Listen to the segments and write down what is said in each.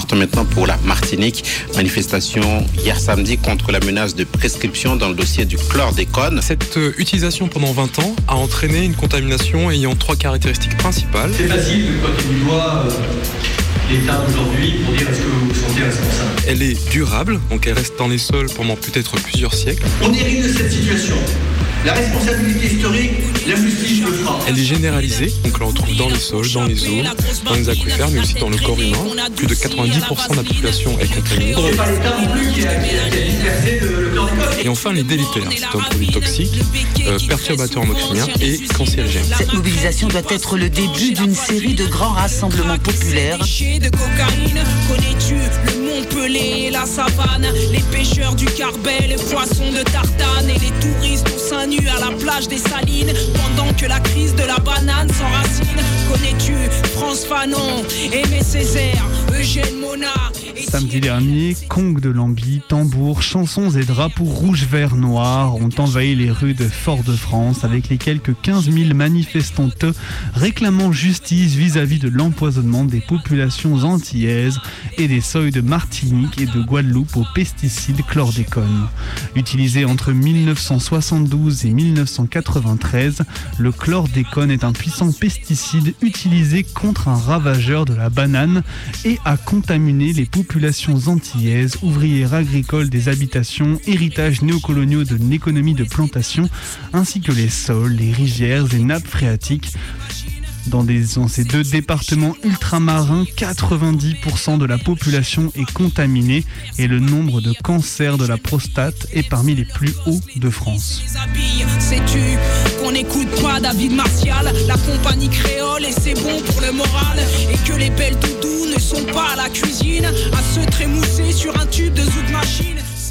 Partons maintenant pour la Martinique. Manifestation hier samedi contre la menace de prescription dans le dossier du chlordécone. Cette utilisation pendant 20 ans a entraîné une contamination ayant 3 caractéristiques principales. C'est facile de pointer du doigt l'État aujourd'hui pour dire est-ce que vous vous sentez responsable. Elle est durable, donc elle reste dans les sols pendant peut-être plusieurs siècles. On hérite de cette situation. La responsabilité historique, la justice le fera. Elle est généralisée, donc on la retrouve dans les sols, dans les eaux, dans les aquifères, mais aussi dans le corps humain. Plus de 90% de la population est contaminée. C'est pas l'État non plus qui a dispersé le chlordécone. Et enfin les délétères, c'est un produit toxique, perturbateur endocrinien et cancérigène. Cette mobilisation doit être le début d'une série de grands rassemblements populaires. De cocaïne, connais-tu le Montpellier, la savane, les pêcheurs du Carbet, les poissons de Tartane et les touristes au sein nu à la plage des Salines, pendant que la crise de la banane s'enracine. Connais-tu France Fanon, Aimé Césaire, Eugène Mona. Samedi dernier, congues de Lambie, tambours, chansons et drapeaux rouge, vert, noir ont envahi les rues de Fort-de-France avec les quelques 15 000 manifestantes réclamant justice vis-à-vis de l'empoisonnement des populations antillaises et des seuils de Martinique et de Guadeloupe aux pesticides chlordécone. Utilisé entre 1972 et 1993, le chlordécone est un puissant pesticide utilisé contre un ravageur de la banane et a contaminé les populations antillaises, ouvrières agricoles des habitations, héritages néocoloniaux de l'économie de plantation, ainsi que les sols, les rivières et nappes phréatiques. Dans ces 2 départements ultramarins, 90% de la population est contaminée et le nombre de cancers de la prostate est parmi les plus hauts de France. Sais-tu qu'on n'écoute pas David Martial, la compagnie créole et c'est bon pour le moral, et que les belles doudous ne sont pas à la cuisine à se trémousser sur un tube de zouk machine.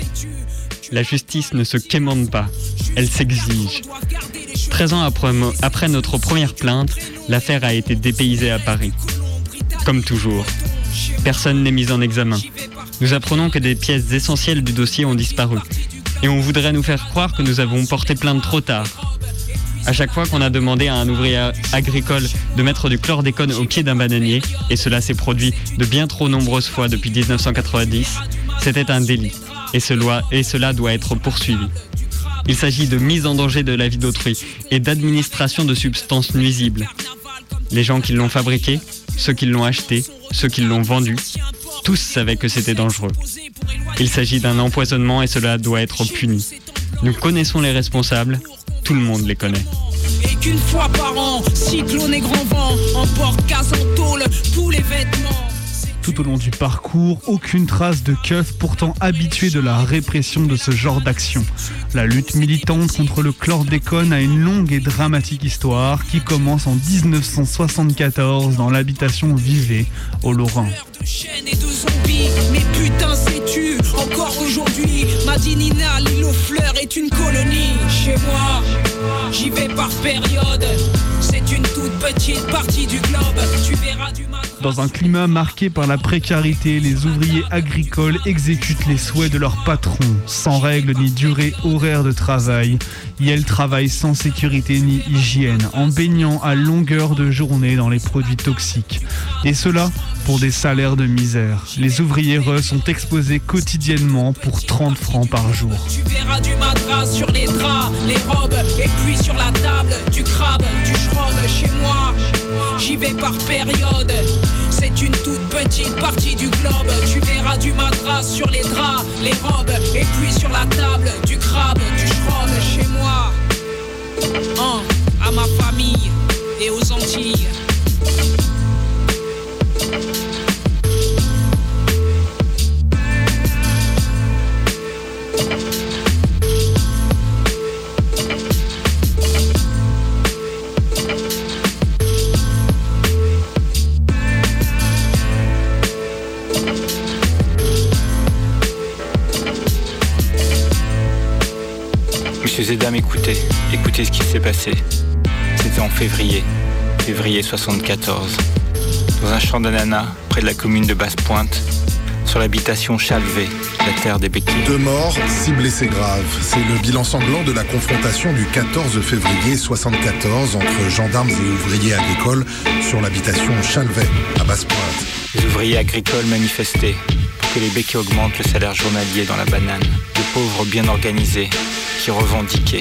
La justice ne se quémande pas, elle s'exige. 13 ans après notre première plainte, l'affaire a été dépaysée à Paris. Comme toujours, personne n'est mis en examen. Nous apprenons que des pièces essentielles du dossier ont disparu. Et on voudrait nous faire croire que nous avons porté plainte trop tard. À chaque fois qu'on a demandé à un ouvrier agricole de mettre du chlordécone au pied d'un bananier, et cela s'est produit de bien trop nombreuses fois depuis 1990, c'était un délit. Et cela doit être poursuivi. Il s'agit de mise en danger de la vie d'autrui et d'administration de substances nuisibles. Les gens qui l'ont fabriqué, ceux qui l'ont acheté, ceux qui l'ont vendu, tous savaient que c'était dangereux. Il s'agit d'un empoisonnement et cela doit être puni. Nous connaissons les responsables, tout le monde les connaît. Et qu'une fois par an, cyclone et grand vent emportent casse en tôle tous les vêtements. Tout au long du parcours, aucune trace de keufs pourtant habitués de la répression de ce genre d'action. La lutte militante contre le chlordécone a une longue et dramatique histoire qui commence en 1974 dans l'habitation Vivet, au Lorrain. Chaînes et de zombies, mais putain sais-tu, encore aujourd'hui, Madinina, l'île aux fleurs est une colonie. Chez moi, j'y vais par période, c'est une toute petite partie du globe, tu verras du matin. Dans un climat marqué par la précarité, les ouvriers agricoles exécutent les souhaits de leurs patrons, sans règles ni durée horaire de travail. Ils travaillent sans sécurité ni hygiène, en baignant à longueur de journée dans les produits toxiques. Et cela pour des salaires de misère. Les ouvriers sont exposés quotidiennement pour 30 francs par jour. Tu verras du matras sur les draps, les robes, et puis sur la table, du crabe, du schrob. Chez moi, j'y vais par période. C'est une toute petite partie du globe. Tu verras du matras sur les draps, les robes, et puis sur la table, du crabe, du schrob. Chez moi, à ma famille et aux Antilles. Messieurs et dames, écoutez ce qui s'est passé. C'était en février 74, dans un champ d'ananas près de la commune de Basse-Pointe, sur l'habitation Chalvet, la terre des béquilles. 2 morts, 6 blessés graves. C'est le bilan sanglant de la confrontation du 14 février 74 entre gendarmes et ouvriers agricoles sur l'habitation Chalvet, à Basse-Pointe. Les ouvriers agricoles manifestaient pour que les béquets augmentent le salaire journalier dans la banane. Les pauvres bien organisés qui revendiquaient.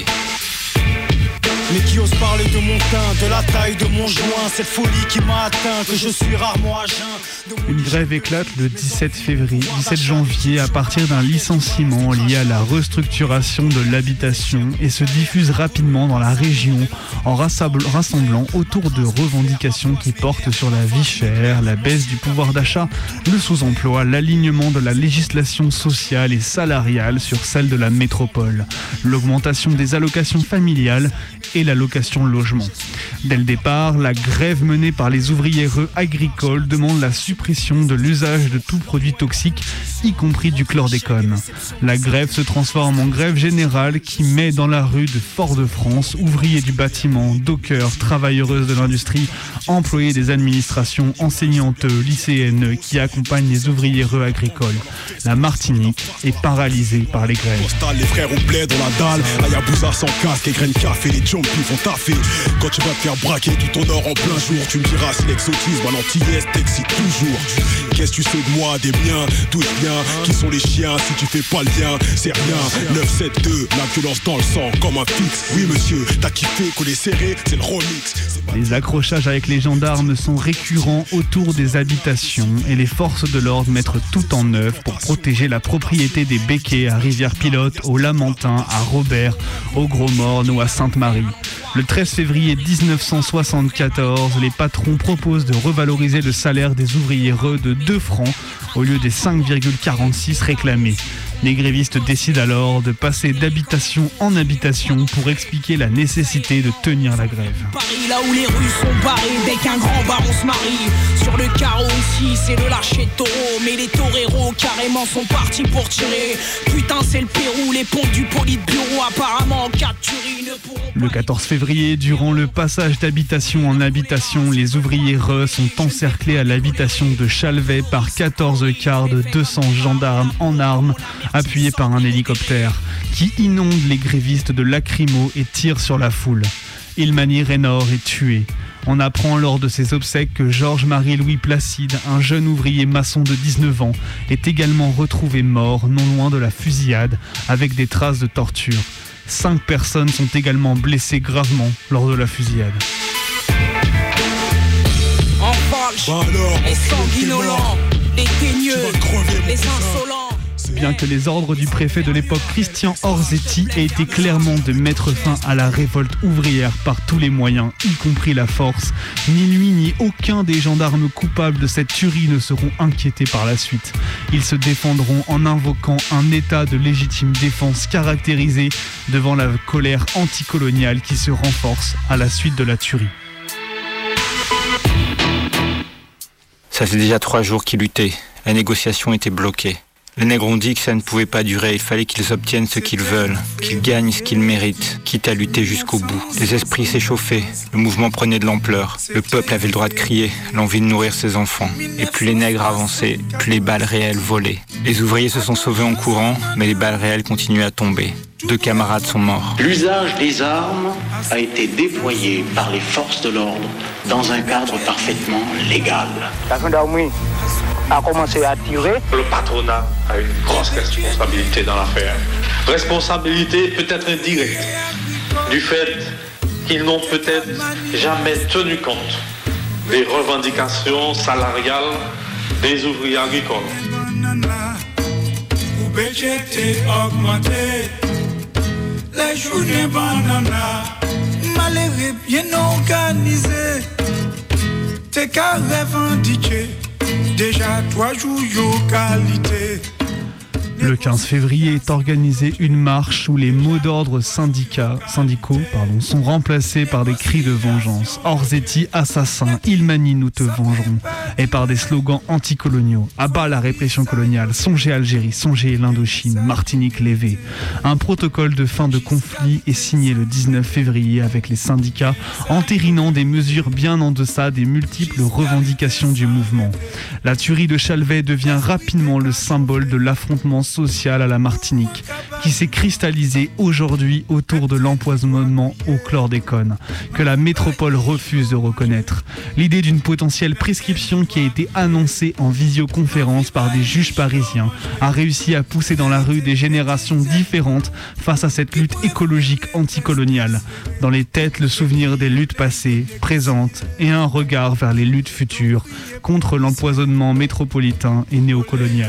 Mais qui ose parler de mon teint, de la taille de mon joint, cette folie qui m'a atteint, que je suis rarement à jeun. Une grève éclate le 17 janvier à partir d'un licenciement lié à la restructuration de l'habitation et se diffuse rapidement dans la région en rassemblant autour de revendications qui portent sur la vie chère, la baisse du pouvoir d'achat, le sous-emploi, l'alignement de la législation sociale et salariale sur celle de la métropole, l'augmentation des allocations familiales et l'allocation logement. Dès le départ, la grève menée par les ouvriers agricoles demande la suppression de l'usage de tout produit toxique, y compris du chlordécone. La grève se transforme en grève générale qui met dans la rue de Fort-de-France ouvriers du bâtiment, dockers, travailleuses de l'industrie, employés des administrations, enseignantes, lycéennes qui accompagnent les ouvriers agricoles. La Martinique est paralysée par les grèves. Les frères au bled dans la dalle, Ayabusa sans casque et graines café, les jumpies vont taffer. Quand tu vas te faire braquer tout ton or en plein jour, tu me diras si l'exotisme à l'antillais t'excite toujours. Qu'est-ce que tu sais de moi, des miens, d'où je viens, qui sont les chiens, si tu fais pas le lien, c'est rien. 972, la violence dans le sang comme un fixe. Oui monsieur, t'as kiffé, collet serré, c'est le remix. Les accrochages avec les gendarmes sont récurrents autour des habitations et les forces de l'ordre mettent tout en œuvre pour protéger la propriété des béquets à Rivière-Pilote, au Lamentin, à Robert, au Gros-Morne ou à Sainte-Marie. Le 13 février 1974, les patrons proposent de revaloriser le salaire des ouvriers de 2 francs au lieu des 5,46 réclamés. Les grévistes décident alors de passer d'habitation en habitation pour expliquer la nécessité de tenir la grève. Paris, là où les rues sont barrées, dès qu'un grand baron se marie. Sur le carreau aussi, c'est le lâcher de taureau. Mais les toreros carrément sont partis pour tirer. Putain, c'est le Pérou, les pompes du Politburo. Apparemment, en cas de tuerie, ne pourront pas... Le 14 février, durant le passage d'habitation en habitation, les ouvriers sont encerclés à l'habitation de Chalvet par 14 quarts de 200 gendarmes en armes, appuyés par un hélicoptère, qui inonde les grévistes de lacrymo et tire sur la foule. Ilmani Raynor est tué. On apprend lors de ses obsèques que Georges-Marie-Louis Placide, un jeune ouvrier maçon de 19 ans, est également retrouvé mort non loin de la fusillade avec des traces de torture. 5 personnes sont également blessées gravement lors de la fusillade. En falche, les sanguinolents, les teigneux, les insolents. Bien que les ordres du préfet de l'époque Christian Orzetti aient été clairement de mettre fin à la révolte ouvrière par tous les moyens, y compris la force, ni lui ni aucun des gendarmes coupables de cette tuerie ne seront inquiétés par la suite. Ils se défendront en invoquant un état de légitime défense caractérisé devant la colère anticoloniale qui se renforce à la suite de la tuerie. Ça fait déjà 3 jours qu'ils luttaient. La négociation était bloquée. Les nègres ont dit que ça ne pouvait pas durer, il fallait qu'ils obtiennent ce qu'ils veulent, qu'ils gagnent ce qu'ils méritent, quitte à lutter jusqu'au bout. Les esprits s'échauffaient, le mouvement prenait de l'ampleur, le peuple avait le droit de crier, l'envie de nourrir ses enfants. Et plus les nègres avançaient, plus les balles réelles volaient. Les ouvriers se sont sauvés en courant, mais les balles réelles continuaient à tomber. 2 camarades sont morts. L'usage des armes a été déployé par les forces de l'ordre dans un cadre parfaitement légal. La gendarmerie a commencé à tirer. Le patronat a une grosse responsabilité dans l'affaire. Responsabilité peut-être indirecte du fait qu'ils n'ont peut-être jamais tenu compte des revendications salariales des ouvriers agricoles. Les journées banana, malheureux bien organisé, t'es qu'à revendiquer, déjà 3 jours de qualité. Le 15 février est organisée une marche où les mots d'ordre syndicaux sont remplacés par des cris de vengeance. Orzetti, assassin, Ilmani, nous te vengerons. Et par des slogans anticoloniaux. À bas la répression coloniale, songez Algérie, songez l'Indochine, Martinique levée. Un protocole de fin de conflit est signé le 19 février avec les syndicats, entérinant des mesures bien en deçà des multiples revendications du mouvement. La tuerie de Chalvet devient rapidement le symbole de l'affrontement sociale à la Martinique, qui s'est cristallisée aujourd'hui autour de l'empoisonnement au chlordécone, que la métropole refuse de reconnaître. L'idée d'une potentielle prescription qui a été annoncée en visioconférence par des juges parisiens a réussi à pousser dans la rue des générations différentes face à cette lutte écologique anticoloniale. Dans les têtes, le souvenir des luttes passées, présentes et un regard vers les luttes futures contre l'empoisonnement métropolitain et néocolonial.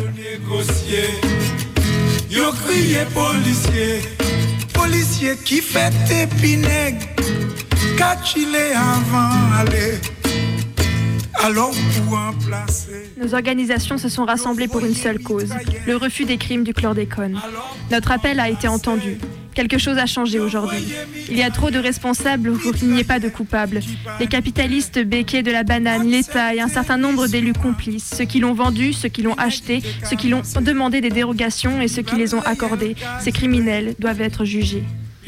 Yo crié policier qui fait tes pinègres, catchilé avant aller. Alors pour en placer. Nos organisations se sont rassemblées pour une seule cause, le refus des crimes du chlordécone. Notre appel a été entendu. Quelque chose a changé aujourd'hui. Il y a trop de responsables pour qu'il n'y ait pas de coupables. Les capitalistes béquets de la banane, l'État et un certain nombre d'élus complices, ceux qui l'ont vendu, ceux qui l'ont acheté, ceux qui l'ont demandé des dérogations et ceux qui les ont accordées. Ces criminels doivent être jugés.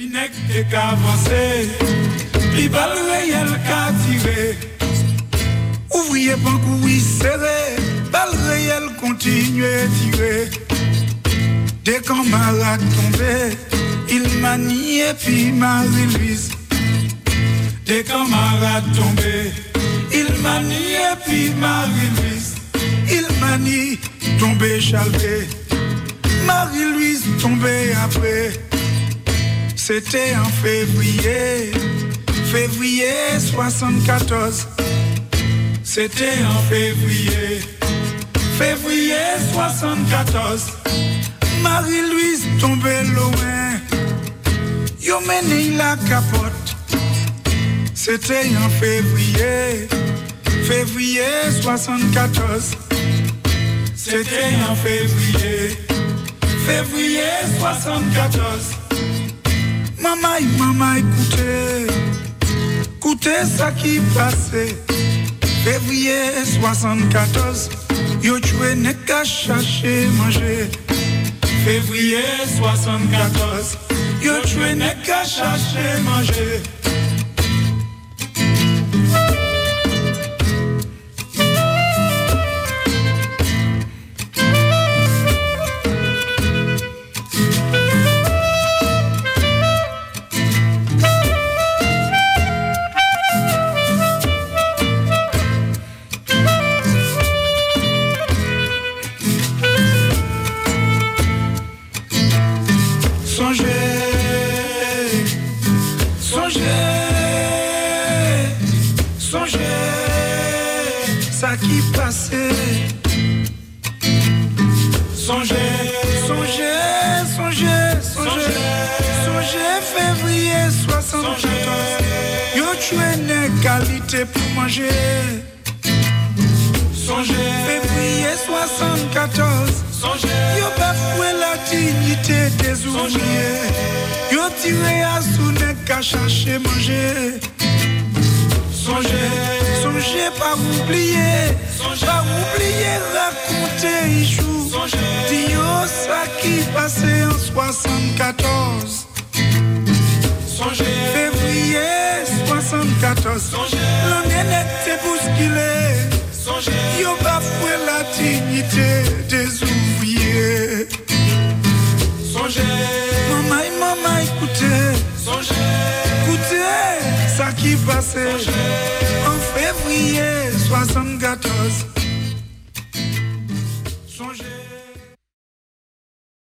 Ouvrier banque oui serré, balle réelle continue à tirer. Des camarades tombés, il manie et puis Marie-Louise. Des camarades tombés, il manie et puis Marie-Louise. Il manie, tombé chalvé, Marie-Louise tombée après. C'était en février 74. C'était en février 74. Marie-Louise tombée loin, yo mené la capote. C'était en février 74. C'était en février 74. Maman écoutez ça qui passait. Février 74, yo tué n'est qu'à chercher manger. Février 74, yo tué n'est qu'à chercher manger. Février 74, yo tué n'est qualité pour manger. Février 74, yo bafoué la dignité des ouvriers. Yo tiré à sous n'est qu'à chercher manger. Songez pas oublier, raconter y joue. Dio ça qui passait en 74. Février 74, l'année n'était bousculée. Yo bafoué la dignité des ouvriers. Maman écoutez ça qui passait en février 74.